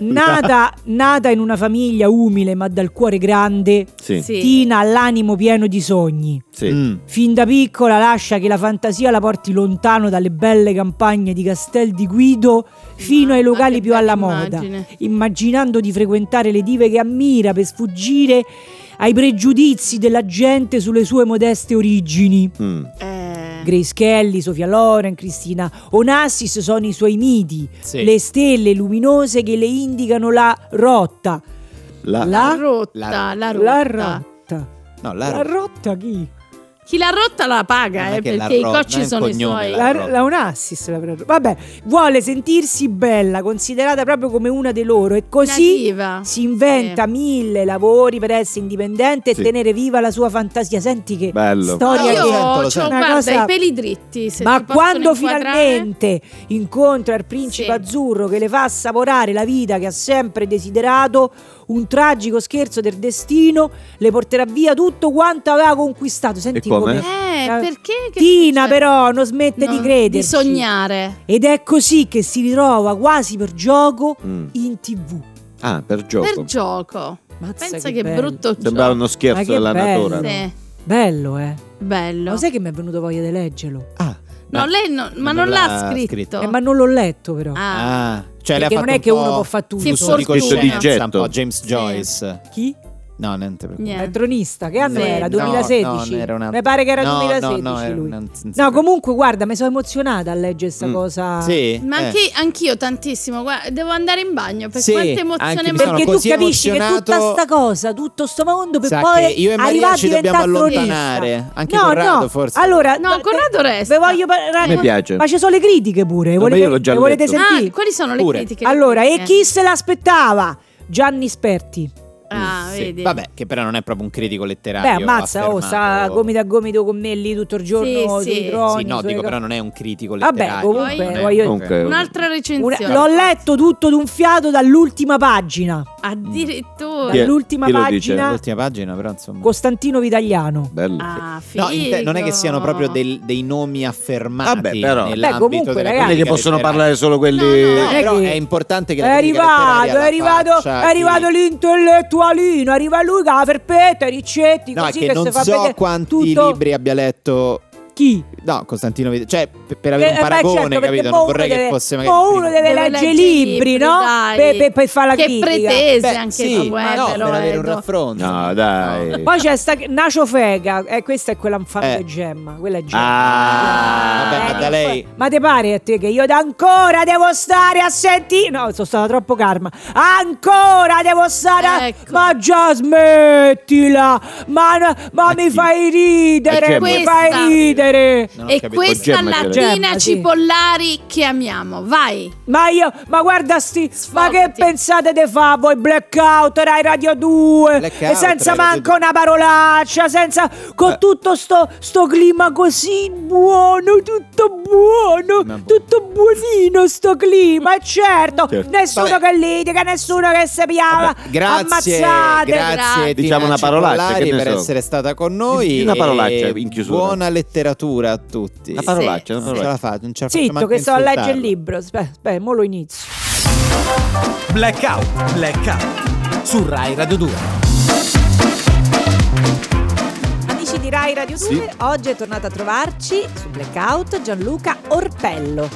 nata, nata in una famiglia umile ma dal cuore grande, Sì. Sì. Tina ha l'animo pieno di sogni. Sì. Mm. Fin da piccola lascia che la fantasia la porti lontano dalle belle campagne di Castel di Guido fino ai Mamma, locali che più alla bella moda, immagine. immaginando di frequentare le dive che ammira per sfuggire ai pregiudizi della gente sulle sue modeste origini. Mm. Eh, Grace Kelly, Sofia Loren, Cristina Onassis sono i suoi miti, Sì. le stelle luminose che le indicano la rotta. La- La- la rotta, la- la rotta. La rotta. No, la, La rotta chi? Chi l'ha rotta la paga, Non è eh, che la perché i rotta, cocci non è un sono i cognome, suoi. la La, rotta. la Onassis la pre- Vabbè, vuole sentirsi bella, considerata proprio come una di loro e così Nativa. si inventa Sì. mille lavori per essere indipendente Sì. e tenere viva la sua fantasia. Senti che Bello. storia Io che sento, lo ho, sento. Una guarda, cosa- i peli dritti. Se Ma si possono quando inquadrare. finalmente incontra il principe Sì. azzurro che le fa assaporare la vita che ha sempre desiderato, un tragico scherzo del destino le porterà via tutto quanto aveva conquistato. Senti E come? come Eh, perché? Che Tina succede? però non smette di No, crederci. Di sognare. Ed è così che si ritrova quasi per gioco Mm. in tivù. Ah, per gioco. Per gioco. Mazza Pensa che che, bello. brutto Sembrava gioco. uno scherzo Ma che della bello. natura. Sì, Bello, eh. bello. Ma sai che mi è venuto voglia di leggerlo? Ah, No, beh, lei no- ma non non l'ha l'ha scritto. scritto. Eh, ma non l'ho letto però. Ah. Ah, cioè lei ha Perché fatto non è un che po' uno può fare tutto. Sì, flusso di fortuna. coscienza, un Getto. po' James Sì. Joyce. Chi? No, niente per Niente. È tronista, che anno Sì. era? No, duemilasedici? no, era una- Mi pare che era No, duemilasedici no, no, era lui. una- No, comunque guarda, mi sono emozionata a leggere sta Mm. cosa. Sì, Ma eh. anche, anch'io tantissimo. Guarda, devo andare in bagno per Sì, quante anche emozioni mi mi sono Perché tu così capisci che tutta emozionato. sta cosa, tutto sto mondo per Sa poi che io e Maria arrivare a ci dobbiamo diventare tronista. allontanare. Anche no, Corrado, no. forse. Allora, No, d- Corrado d- resta. ve voglio parlare. Mi piace. Ma ci sono le critiche pure. No, ma volete, io l'ho già le volete letto. sentire? Ah, quali sono le Pure. critiche? Allora, Le e critiche? chi se l'aspettava? Gianni Sperti. Ah, Sì. vedi. Vabbè, che però non è proprio un critico Beh, letterario. ammazza, oh, sta affermato. gomito a gomito con me lì tutto il giorno Sì, sui sì. troni. Sì, no, sulle dico, co- però non è un critico Vabbè, letterario. comunque, non è- voglio- Comunque, Un'altra Una- recensione. l'ho letto tutto d'un fiato dall'ultima pagina. Addirittura. Chi è? Dall'ultima Chi lo dice? pagina. L'ultima pagina, però insomma. Costantino Vitagliano. Bello. Ah, figo. No, in te- non è che siano proprio del- dei nomi affermati Vabbè, però- nell'ambito Beh, comunque, della ragazzi- Quelli che critica possono letteraria. parlare solo quelli. No, no, No, Non è però che- è importante che È la critica arrivato, letteraria è la arrivato, faccia è arrivato chi- l'intellettualino, arriva lui che ha la ferpetta, i Riccetti, No, è così che che non si fa so vedere quanti tutto. libri abbia letto. Chi? No, Costantino Vita- cioè per, per avere Eh, un beh, paragone, certo, perché capito? mo Non uno vorrei deve- che fosse magari mo il uno primo. deve Deve leggere i leggere libri, libri, no? dai. Per, per, per fare la Che critica. pretese Beh, anche sì, tu, eh, no, però, per avere un Edo. raffronto. No, dai. Poi c'è sta Nacio Fega, e questa è quella infame Eh. Gemma, quella è Gemma. Ah, vabbè, Eh, ma da lei- Ma te pare a te che io da ancora devo stare a sentire? No, sono stata troppo karma. Ancora devo stare a... Ecco. Ma già smettila! Ma, ma mi chi? fai ridere, A Gemma. mi fai Questa- ridere! Non ho E capito. questa Gemma la ce l'hai. Tina Gemma, sì. Cipollari che amiamo. Vai. Ma io, ma guarda sti, ma che Sfogati. pensate di fa voi Blackout, Rai Radio due, Blackout, e senza Rai Radio manco due. una parolaccia, senza, con Eh. tutto sto, sto clima così buono, tutto buono, Ma buono. tutto buonino sto clima, e certo, Certo. nessuno Vabbè. che litiga, nessuno che si piava, Vabbè, grazie, ammazzate. grazie Grazie. Tina Diciamo una parolaccia, Cipollari, che ne per so. essere stata con noi. Una e parolaccia in chiusura. Buona letteratura a tutti. Una parolaccia, una Non ce parolaccia. la faccio, non ce la faccio Zitto manco che sto a leggere il insultarlo. libro, aspetta, aspetta, mo lo inizio. Blackout, blackout. Su Rai Radio due. Amici di Rai Radio due, oggi è tornato a trovarci su Blackout Gianluca Orpello.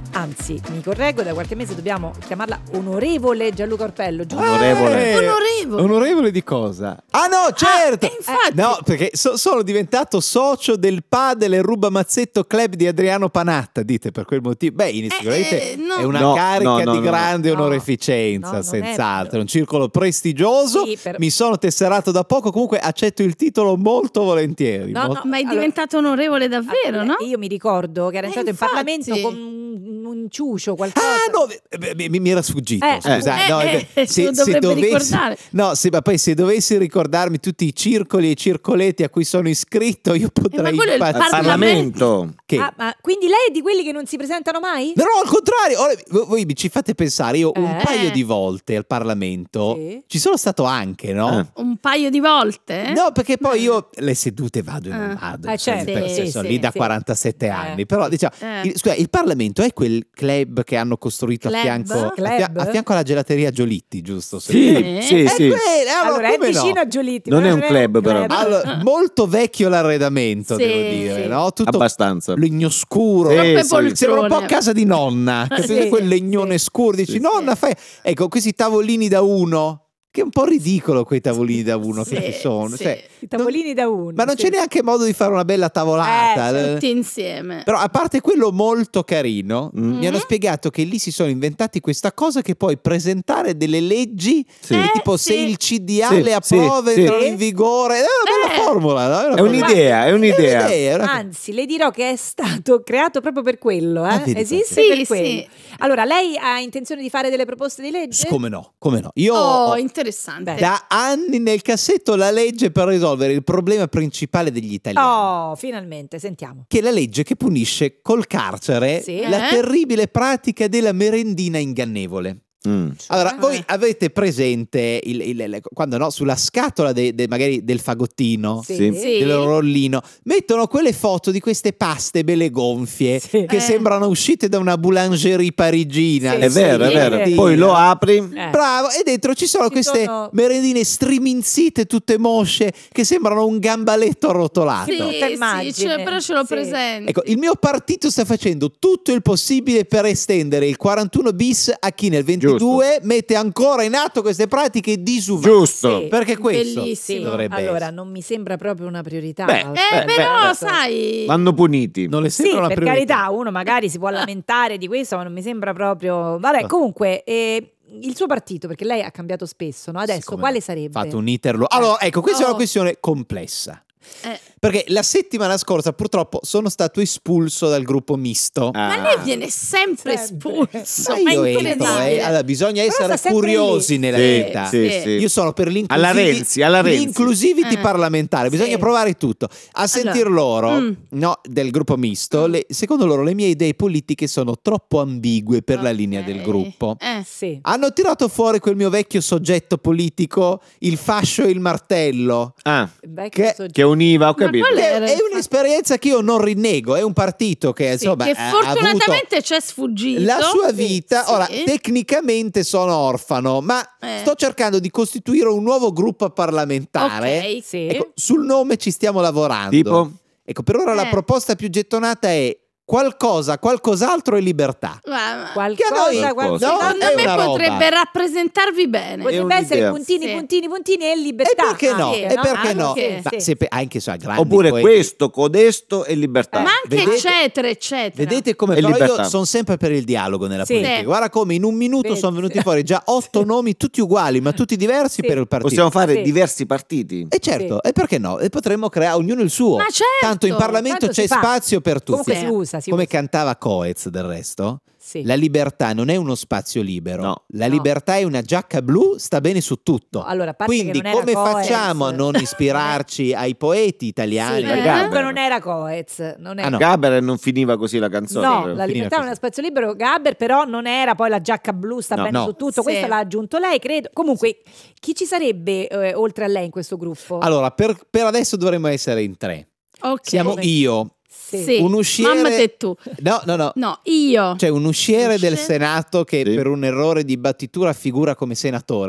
Anzi, mi correggo, da qualche mese dobbiamo chiamarla onorevole Gianluca Orpello, giusto? Onorevole. Eh, onorevole. Onorevole di cosa? Ah no, certo! eh, infatti. No, perché so- sono diventato socio del Padel e Ruba Mazzetto Club di Adriano Panatta, dite per quel motivo. Beh, in- sicuramente eh, no. è una No, carica no, no, di no, grande no. onoreficenza, No, non è senz'altro. È vero. un circolo prestigioso. Sì, per- Mi sono tesserato da poco, comunque accetto il titolo molto volentieri. No, molto- no. Ma è Allora- diventato onorevole davvero, Allora, no? Io mi ricordo che era Eh, entrato in infatti. Parlamento con un, un ciucio, qualcosa. Ah no, beh, beh, mi, mi era sfuggito. Eh, Scusate, eh, no, eh, beh, se lo dovrebbe ricordare. No, se, ma poi se dovessi ricordarmi tutti i circoli e i circoletti a cui sono iscritto, io potrei Eh, ma quello è il impazzire. Parlamento. Che? Ah, ma quindi lei è di quelli che non si presentano mai? No, no, al contrario. Ora, voi- voi mi ci fate pensare, io un Eh. paio di volte al Parlamento Sì. ci sono stato anche, no? Eh. Un paio di volte? eh? No, perché poi io le sedute vado e non Eh. vado, Eh, insomma, certo, perché sì, sono sì, lì da sì. quarantasette Eh. anni. Però diciamo, Eh. il, scusa, il Parlamento è quel club che hanno costruito a Club? fianco, a, Club? fia- a fianco alla gelateria Giolitti, giusto? Se- Sì, Eh. sì, È sì. quello, allora, Allora, è come no? vicino a Giolitti. Non ma è un club, però. Allora, molto vecchio l'arredamento, Sì, devo dire, sì. no? Tutto Abbastanza. legno scuro. Sì, Troppe sì. poltrone. Sembra un po' a casa di nonna, capito? Sì, Quel legnone sì. scuro. Dici, Sì. nonna, fai. Ecco, questi tavolini da uno. Che è un po' ridicolo quei tavolini da uno Sì, che ci sono. sì. Cioè, I tavolini da uno. ma non sì. c'è neanche modo di fare una bella tavolata. Eh, Tutti insieme. Però a parte quello molto carino, Mm. mi hanno spiegato che lì si sono inventati questa cosa che puoi presentare delle leggi, Sì. che Eh, tipo se sì. il C D A Sì, le approva, sì, entrano sì. in vigore. È una bella Eh. formula. no? È, una È formula. un'idea, è un'idea. È un'idea, è una- Anzi, le dirò che è stato creato proprio per quello. Eh? Ah, vedi, Esiste sì. per Sì, quello. sì. Allora, lei ha intenzione di fare delle proposte di legge? Come no, come no. Io Oh, ho interessante. da anni nel cassetto la legge per risolvere il problema principale degli italiani. Oh, finalmente, sentiamo. Che è la legge che punisce col carcere Sì. la Eh? terribile pratica della merendina ingannevole. Mm. Allora, Eh. voi avete presente il- il- il- quando no, sulla scatola de- de- magari del fagottino, Sì. Sì. del rollino, mettono quelle foto di queste paste belle gonfie Sì. che Eh. sembrano uscite da una boulangerie parigina. Sì, È vero, è sì, vero. sì. Poi lo apri. Eh. Bravo, e dentro ci sono Ci queste sono- merendine striminzite, tutte mosce, che sembrano un gambaletto arrotolato. Sì, brutta sì, immagine. cioè, però ce l'ho Sì. presente. Ecco, il mio partito sta facendo tutto il possibile per estendere il quarantuno bis a chi nel ventidue mette ancora in atto queste pratiche disumane. Giusto. Sì. Perché questo Bellissimo. dovrebbe Allora, essere. non mi sembra proprio una priorità. Beh, Eh, Beh, però, beh, sai... Vanno puniti. Non le Sì, sembra una per priorità. carità, uno magari si può lamentare di questo, ma non mi sembra proprio... Vabbè, comunque, eh, il suo partito, perché lei ha cambiato spesso, no? Adesso, Siccome quale ha sarebbe? Fatto un iter lo- Allora, ecco, questa è una Oh. questione complessa. Eh, Perché la settimana scorsa purtroppo sono stato espulso dal gruppo misto. Ah. Ma lei viene sempre Sempre. espulso. Ma Ma io incredibile. entro, eh. Allora, bisogna Però essere sta sempre curiosi lì. nella Sì, vita. sì, Sì. sì. Io sono per l'inclusivi- Alla Renzi, alla Renzi. l'inclusivity Eh. parlamentare, bisogna Sì. provare tutto. A sentir loro, mm. no, del gruppo misto, le- secondo loro le mie idee politiche sono troppo ambigue per la linea Ok. del gruppo. Eh. Sì. Hanno tirato fuori quel mio vecchio soggetto politico, il fascio e il martello, Ah, Vecchio Che- soggetto. che univa, ho capito. quello che era è il un'esperienza che io non rinnego, è un partito che Sì, insomma che ha- ha avuto fortunatamente c'è sfuggito. la sua Sì, vita. sì. Ora, tecnicamente sono orfano, ma Eh. sto cercando di costituire un nuovo gruppo parlamentare. Ok. Sì. Ecco, sul nome ci stiamo lavorando. Tipo? Ecco, per ora la Eh. proposta più gettonata è qualcosa, qualcos'altro e libertà. Ma- Qualcosa, Che a noi- qualcosa. no, Secondo è me una roba. potrebbe rappresentarvi bene. È Potrebbe essere un'idea. puntini, Sì. puntini, puntini e E libertà. perché no? anche, E perché no? Anche, Ma sì. se pe- anche so, grandi Oppure poeti- questo, codesto e libertà. Ma anche vedete- eccetera, eccetera. Vedete come E però io libertà. sono sempre per il dialogo nella Sì. politica. Sì. Guarda come in un minuto Vedi, sono venuti sì. fuori già otto nomi, tutti uguali, ma tutti diversi Sì. per il partito. Possiamo fare Sì. diversi partiti. E certo, Sì. e perché no? E potremmo creare ognuno il suo. Ma certo! Tanto in Parlamento Tanto c'è si fa. spazio per tutti. Comunque Sì. si usa, si Come usa. cantava Coez del resto, Sì. la libertà non è uno spazio libero. No. La No. libertà è una giacca blu, sta bene su tutto. No, allora, a parte che Quindi non era come Coez, facciamo a non ispirarci ai poeti italiani? Sì, Eh? comunque non era Coez. Non era... Ah, no. Gaber non finiva così la canzone. No, però. la Finiva libertà non è così. uno spazio libero, Gaber, però non era poi la giacca blu, sta No, bene no. su tutto, Sì. questa l'ha aggiunto lei, credo. Comunque, chi ci sarebbe eh, oltre a lei in questo gruppo? Allora, per, per adesso dovremmo essere in tre. Ok. Siamo io, Sì. Sì. un usciere... Mamma te tu. No, no, no. No, io. C'è un usciere del Usciere? Senato che Sì. per un errore di battitura figura come senatore.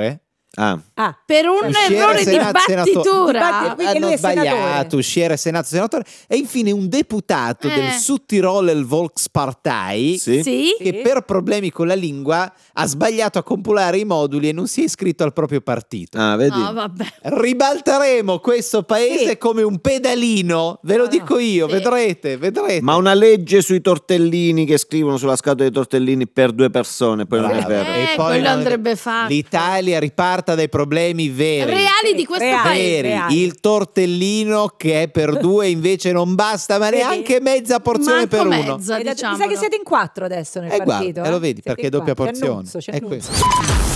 Ah. Ah, Per un Usciere, errore di Senato, battitura. Dibattito. Quindi lui Hanno è senatore. sbagliato, usciere Senato, senatore. E infine un deputato Eh. del Südtiroler Volkspartei Sì. Sì. che per problemi con la lingua ha sbagliato a compilare i moduli e non si è iscritto al proprio partito. Ah, vedi? No, vabbè. Ribalteremo questo paese Sì. come un pedalino, ve lo No, dico io, Sì. vedrete, vedrete. Ma una legge sui tortellini che scrivono sulla scatola dei tortellini per due persone, poi non è Bravo. vero. Eh, E poi quello non- andrebbe fatto. L'Italia riparta dai problemi veri. Reali di questo Reali. paese. Veri. reali. Il tortellino che è per due invece non basta, ma Vedi? neanche mezza porzione Manco per uno. mezza, Hai detto- diciamolo. mi sa che siete in quattro adesso nel E guarda, partito. e lo vedi, Siete perché in è doppia quattro. C'è porzione. annuncio, c'è È annuncio. questo.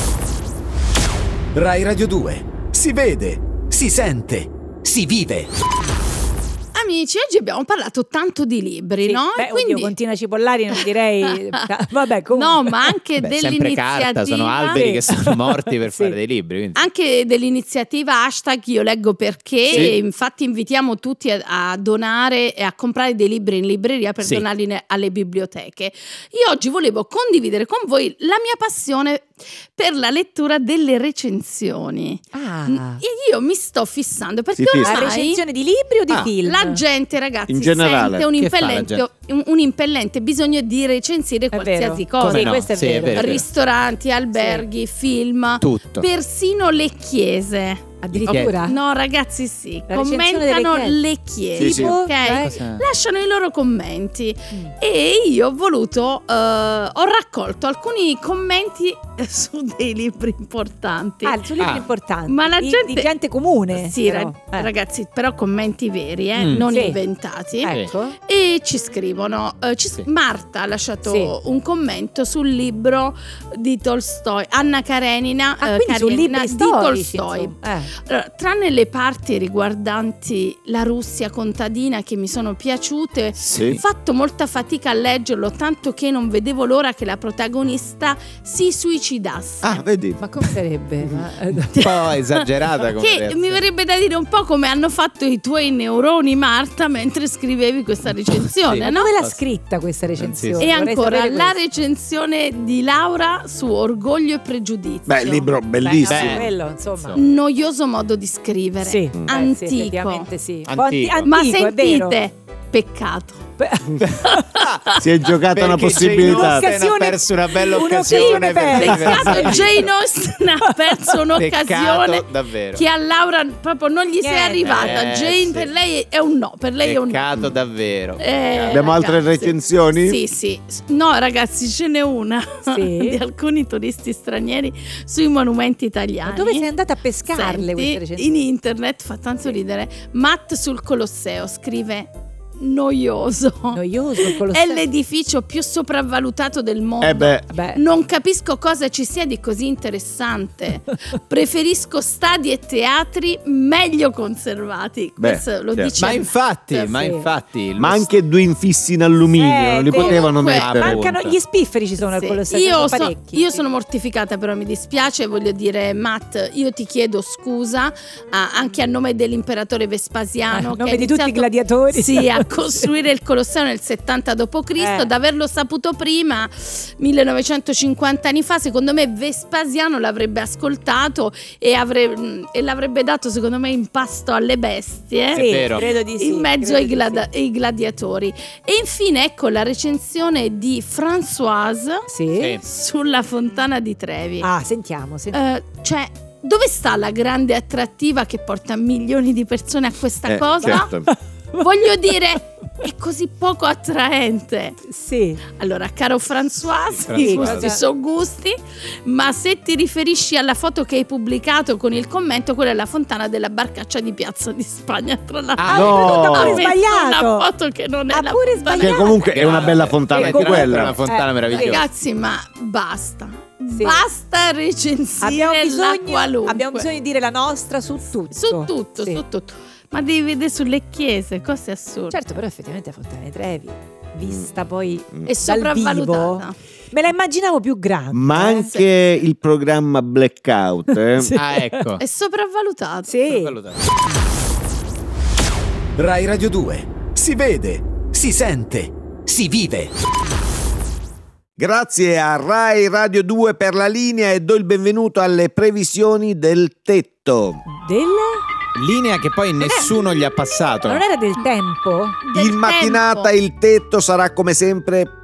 Rai Radio due. Si vede, si sente, si vive. Amici, oggi abbiamo parlato tanto di libri, Sì. no? Beh, E quindi... oddio, continua Cipollari, non direi. Vabbè, comunque. No, ma anche Beh, sempre dell'iniziativa. carta, sono alberi Sì. che sono morti per Sì. fare dei libri. quindi- Anche dell'iniziativa hashtag Io leggo perché, Sì. e infatti invitiamo tutti a, a donare e a comprare dei libri in libreria per Sì. donarli ne- alle biblioteche. Io oggi volevo condividere con voi la mia passione per la lettura delle recensioni. Ah, E io mi sto fissando perché Si fissa. la ormai recensione di libri o di Ah, film? la gente, ragazzi, In generale. sente un Che fa la impellente, un, un impellente bisogno di recensire È vero. qualsiasi Come cosa. Sì, questo è Sì, vero. vero. Ristoranti, alberghi, film, Tutto. persino le chiese. Addirittura? No, ragazzi, sì, La recensione commentano delle le chiese, Sì, sì. ok? Eh? Cosa- Lasciano i loro commenti. Mm. E io ho voluto, eh, ho raccolto alcuni commenti su dei libri importanti. Ah, su libri Ah. importanti. Ma la di, gente- di gente comune. Sì, però. ra- Eh. ragazzi, però commenti veri, eh, Mm. non Sì. inventati. Ecco. E ci scrivono, eh, ci- Sì. Marta ha lasciato Sì. un commento sul libro di Tolstoi, Anna Karenina, Ah, eh, quindi su Karenina libri di storici. Tolstoi. insomma. Eh. Allora, tranne le parti riguardanti la Russia contadina che mi sono piaciute, Sì. ho fatto molta fatica a leggerlo, tanto che non vedevo l'ora che la protagonista si suicidasse. Ah, vedi? Ma come sarebbe? Ma- eh, Un po' esagerata come Che reazione. mi verrebbe da dire un po' come hanno fatto i tuoi neuroni, Marta, mentre scrivevi questa recensione, Sì. no? Dove l'ha scritta questa recensione? E Vorrei ancora sapere la questo. recensione di Laura su Orgoglio e Pregiudizio. Beh, il libro Beh, bellissimo. no, quello, insomma. Noioso modo di scrivere. Sì, Mm. beh, sì, Antico. effettivamente sì. Un po' Antico. anti- Ma antico, è vero. sentite, peccato. Si è giocata una Perché possibilità. Jane Austen ha perso una bella occasione un'occasione per persa. Peccato, scrivere. Jane Austen ha perso un'occasione Peccato, davvero. che a Laura proprio non gli sei Niente. arrivata. Eh, Jane sì. per lei è un no, per lei è un Peccato no. davvero. Eh, Abbiamo altre ragazzi. recensioni? Sì, sì. No, ragazzi, ce n'è una Sì? di alcuni turisti stranieri sui monumenti italiani. Ma dove sei andata a pescarle Senti, queste recensioni? in internet fa tanto ridere. Matt sul Colosseo scrive noioso. Noioso il È Colosseo. l'edificio più sopravvalutato del mondo. Eh beh, Beh, Non capisco cosa ci sia di così interessante. Preferisco stadi e teatri meglio conservati. Beh, Questo lo certo. dice Ma infatti, Matt. ma Sì. infatti ma lo- anche due infissi in alluminio, Eh, non li vero. potevano Comunque, mettere. mancano gli spifferi, ci sono al Sì. Colosseo. Io, sono so- parecchi. io sono mortificata, però mi dispiace. Voglio dire, Matt, io ti chiedo scusa ah, anche a nome dell'imperatore Vespasiano, A che nome ha di tutti i iniziato- gladiatori. Sì, a costruire il Colosseo nel settanta dopo Cristo. Eh. Da averlo saputo prima, millenovecentocinquanta anni fa, secondo me Vespasiano l'avrebbe ascoltato e, avre- e l'avrebbe dato, secondo me, in pasto alle bestie. Sì, È vero. credo di sì. In mezzo credo ai, di glada- sì. ai gladiatori. E infine ecco la recensione di Françoise Sì? Sì. sulla Fontana di Trevi. Ah, sentiamo. sentiamo. Eh, cioè, dove sta la grande attrattiva che porta milioni di persone a questa Eh, cosa? certo. Voglio dire, è così poco attraente. Sì. Allora, caro François, Sì, i François. gusti sono gusti, ma se ti riferisci alla foto che hai pubblicato con il commento, quella è la fontana della Barcaccia di Piazza di Spagna. Tra l'altro, Ah, no. è ha pure messo sbagliato. una foto che non è Ha la pure fontana. sbagliato. Che comunque è una bella fontana Che anche tra l'altro è quella. una fontana Eh, meravigliosa. Ragazzi, ma basta. Sì. Basta recensire Abbiamo la bisogno, qualunque. abbiamo bisogno di dire la nostra su tutto. Su tutto, Sì. su tutto. Ma devi vedere sulle chiese, cose assurde. Certo, però effettivamente la Fontana di Trevi, vista poi Mm. È dal sopravvalutata. vivo, me la immaginavo più grande. Ma eh. anche il programma Blackout, eh? Sì. Ah, ecco. È sopravvalutata. Sì. Valutato. Rai Radio due. Si vede, si sente, si vive. Grazie a Rai Radio due per la linea e do il benvenuto alle previsioni del tetto. Del? Linea che poi nessuno gli ha passato. Non era del tempo? Del In mattinata tempo. il tetto sarà come sempre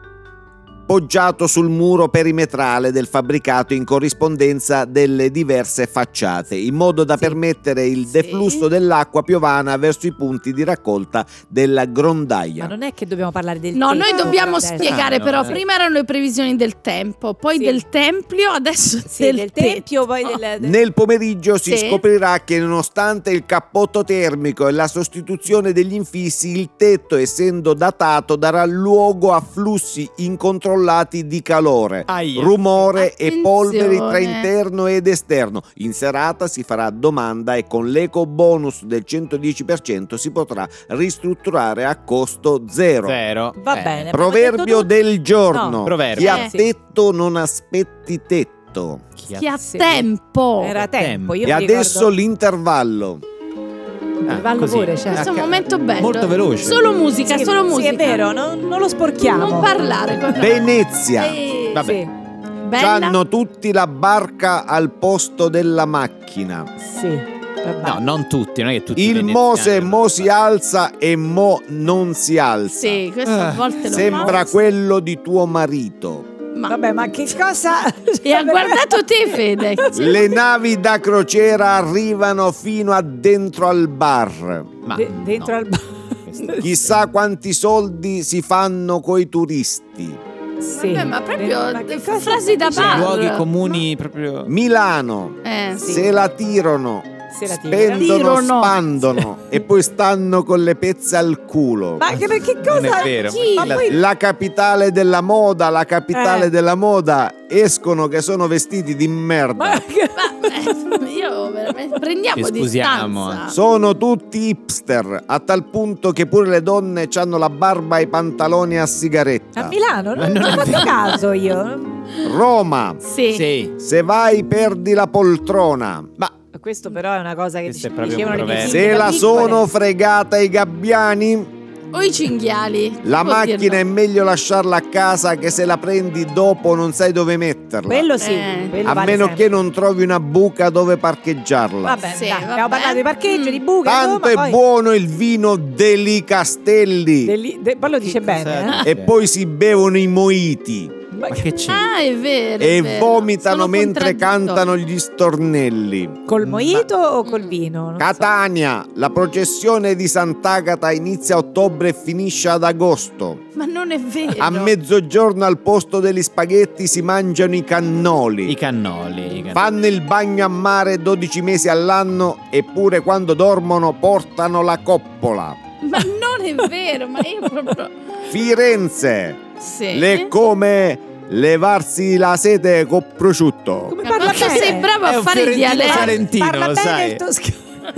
poggiato sul muro perimetrale del fabbricato in corrispondenza delle diverse facciate, in modo da Sì. permettere il Sì. deflusso dell'acqua piovana verso i punti di raccolta della grondaia. Ma non è che dobbiamo parlare del No, tempo noi dobbiamo adesso. spiegare Ah, no, però, eh. prima erano le previsioni del tempo, poi Sì. del tempio, adesso Sì, del, del tetto. tempio, poi del... del- Nel pomeriggio si Sì. scoprirà che nonostante il cappotto termico e la sostituzione degli infissi, il tetto, essendo datato, darà luogo a flussi incontrollati di calore, Aia. rumore e Attenzione. polveri tra interno ed esterno. In serata si farà domanda e con l'eco bonus del centodieci per cento si potrà ristrutturare a costo zero. Zero. Va Eh. bene. Proverbio Abbiamo detto del giorno. No. Proverbio. Chi ha Eh. tetto non aspetti tetto. Chi ha Sì. tempo. Era tempo. Io E mi adesso ricordo... l'intervallo. Intervallo così. pure, cioè. Questo è un Ah, momento bello. Molto veloce. Solo musica, Sì, solo sì, musica. è vero, non, non lo sporchiamo. Non parlare. guarda. Venezia. Sì. Vabbè. Sì, Bella. C'hanno tutti la barca al posto della macchina. sì. Vabbè. No, non tutti, non è che tutti i Il veneziani Mose hanno mo la si barca. alza e mo non si alza. Sì, questo a volte lo Sembra fa. quello di tuo marito. Ma... Vabbè, ma che cosa... E ha guardato te, Fede. Le navi da crociera arrivano fino a dentro al bar. Ma De- dentro no. al bar. Chissà quanti soldi si fanno coi turisti. Sì. Vabbè, ma proprio Ma che f- cosa frasi da dice? bar. luoghi comuni proprio. Milano. Eh, sì. Se la tirano, Se la tirano. spendono, Tirano. spandono e poi stanno con le pezze al culo. Ma che, che cosa? Non è vero. Chi? Ma La- poi... La capitale della moda, la capitale Eh. della moda, escono che sono vestiti di merda. Ma che... Ma, eh, io veramente prendiamo Ci scusiamo, distanza. Sono tutti hipster, a tal punto che pure le donne hanno la barba e i pantaloni a sigaretta. A Milano? Ma Non, non non è ho fatto vero. caso io. Roma, Sì. Sì. se vai perdi la poltrona. Ma Questo però è una cosa che Questo è dice- proprio dicevano un le mie proverbio. figlie Se da la piccole. sono fregata i gabbiani, O i cinghiali. la Può macchina dirlo. è meglio lasciarla a casa che se la prendi dopo non sai dove metterla. Quello sì, Eh. quello A vale meno sempre. che non trovi una buca dove parcheggiarla. Vabbè, Sì, dai, vabbè. abbiamo parlato di parcheggio, Mm. di buche, Tanto Roma, è poi... buono il vino degli Castelli. Deli- de- poi lo dice cosa bene, eh? E poi si bevono i moiti Ma ma che- che c'è? Ah, è vero. è e vero. vomitano Sono mentre contraddittori. cantano gli stornelli. Col mojito o col vino? Non so. Catania, la processione di Sant'Agata inizia a ottobre e finisce ad agosto. Ma non è vero. A mezzogiorno al posto degli spaghetti si mangiano i cannoli. I cannoli. I cannoli. Fanno il bagno a mare dodici mesi all'anno eppure quando dormono portano la coppola. Ma non è vero, ma io proprio. Firenze, Sì. le come levarsi la sete con prosciutto. Come Ma parla quanto bene? sei bravo È a un fare i fiorentino dialetti. salentino, Parla lo bene sai. il toscano.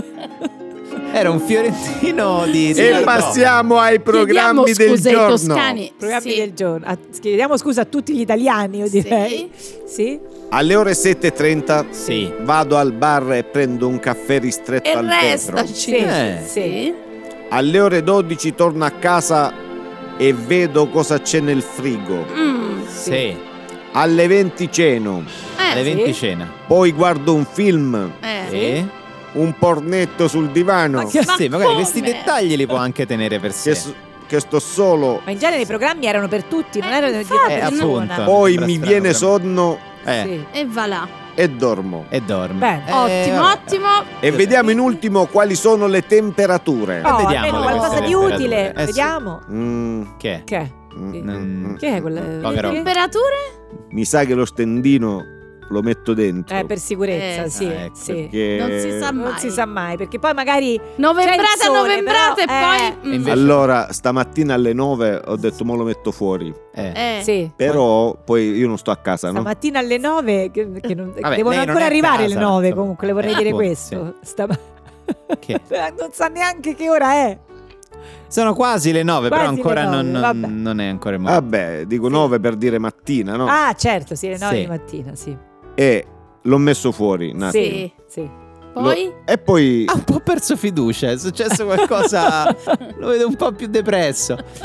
Era un fiorentino di... E di- passiamo ai programmi Chiediamo del scusa ai giorno. toscani. Programmi Sì. del giorno. Ah, chiediamo scusa a tutti gli italiani, io direi. Sì? Alle ore sette e trenta Sì. vado al bar e prendo un caffè ristretto E al vetro. restaci. Sì. Eh. Sì. Alle ore dodici torno a casa e vedo cosa c'è nel frigo. Mm. Sì. Alle venti ceno, Eh, Alle venti sì. cena. poi guardo un film, eh. Sì. un pornetto sul divano, Ma che- Ma sì, magari come? questi dettagli li può anche tenere per sé. che, s- che sto solo. Ma in genere i programmi erano per tutti, non Eh, erano di infatti, Eh, una persona. appunto. Poi Sembra mi strano, viene però. sonno Eh. Sì. E va là. e dormo. E dorme. Bene. Eh, Ottimo, vabbè. ottimo. E vediamo in ultimo quali sono le temperature. Oh, vediamo almeno le qualcosa queste di temperature. utile. Eh, sì. Vediamo. Mm, Che? Che è? mm, Sì. mm, Che è quella? Poche robe. Temperature? Mi sa che lo stendino lo metto dentro. Eh, per sicurezza, Eh, sì, ah, ecco, sì. perché- Non si sa mai. Non si sa mai, perché poi magari Novembrata, c'è il sole, novembrata però, e eh, poi. mm, invece- Allora, stamattina alle nove ho detto mo lo metto fuori. Eh. eh. sì. Però poi io non sto a casa, no? Stamattina alle nove, che, che non- Vabbè, devono lei non ancora è a arrivare casa, le nove, insomma. comunque le vorrei Eh, dire appunto, questo. Stama- Che? non sa neanche che ora è. Sono quasi le nove, però Quasi le ancora nove, non, non- vabbè. non è ancora il momento. Vabbè, dico Sì. nove per dire mattina, no? Ah, certo, sì, le nove Sì. di mattina, sì. E l'ho messo fuori un attimo. Sì. Sì. Poi? Lo- E poi Ha un po' perso fiducia, è successo qualcosa, lo vedo un po' più depresso.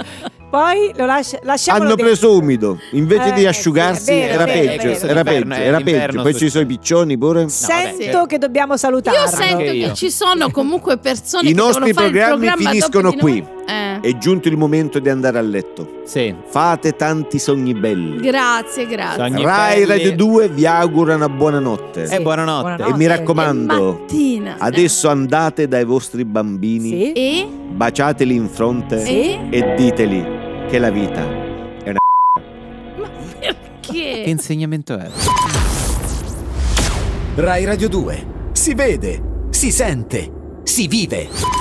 Poi lo lascia, lasciamolo Hanno dentro. preso umido, invece Eh, di asciugarsi sì, è vero, era, è vero, peggio, è vero. era peggio, L'inverno, era eh, peggio. l'inverno Poi su- ci sono i piccioni pure. Sento vabbè, che dobbiamo salutarlo. Io sento Anche che io. ci sono comunque persone I che nostri devono fare il programmi programma finiscono dopo di qui. noi. Eh. È giunto il momento di andare a letto. Sì. Fate tanti sogni belli. Grazie, grazie. Sogni Rai belli. Radio due vi augura una buonanotte. Eh, buonanotte. E mi Notte. raccomando, Mattina. adesso andate dai vostri bambini, Sì. E? baciateli in fronte E? e diteli che la vita è una Ma perché? Che insegnamento è? Rai Radio due. Si vede, si sente, si vive.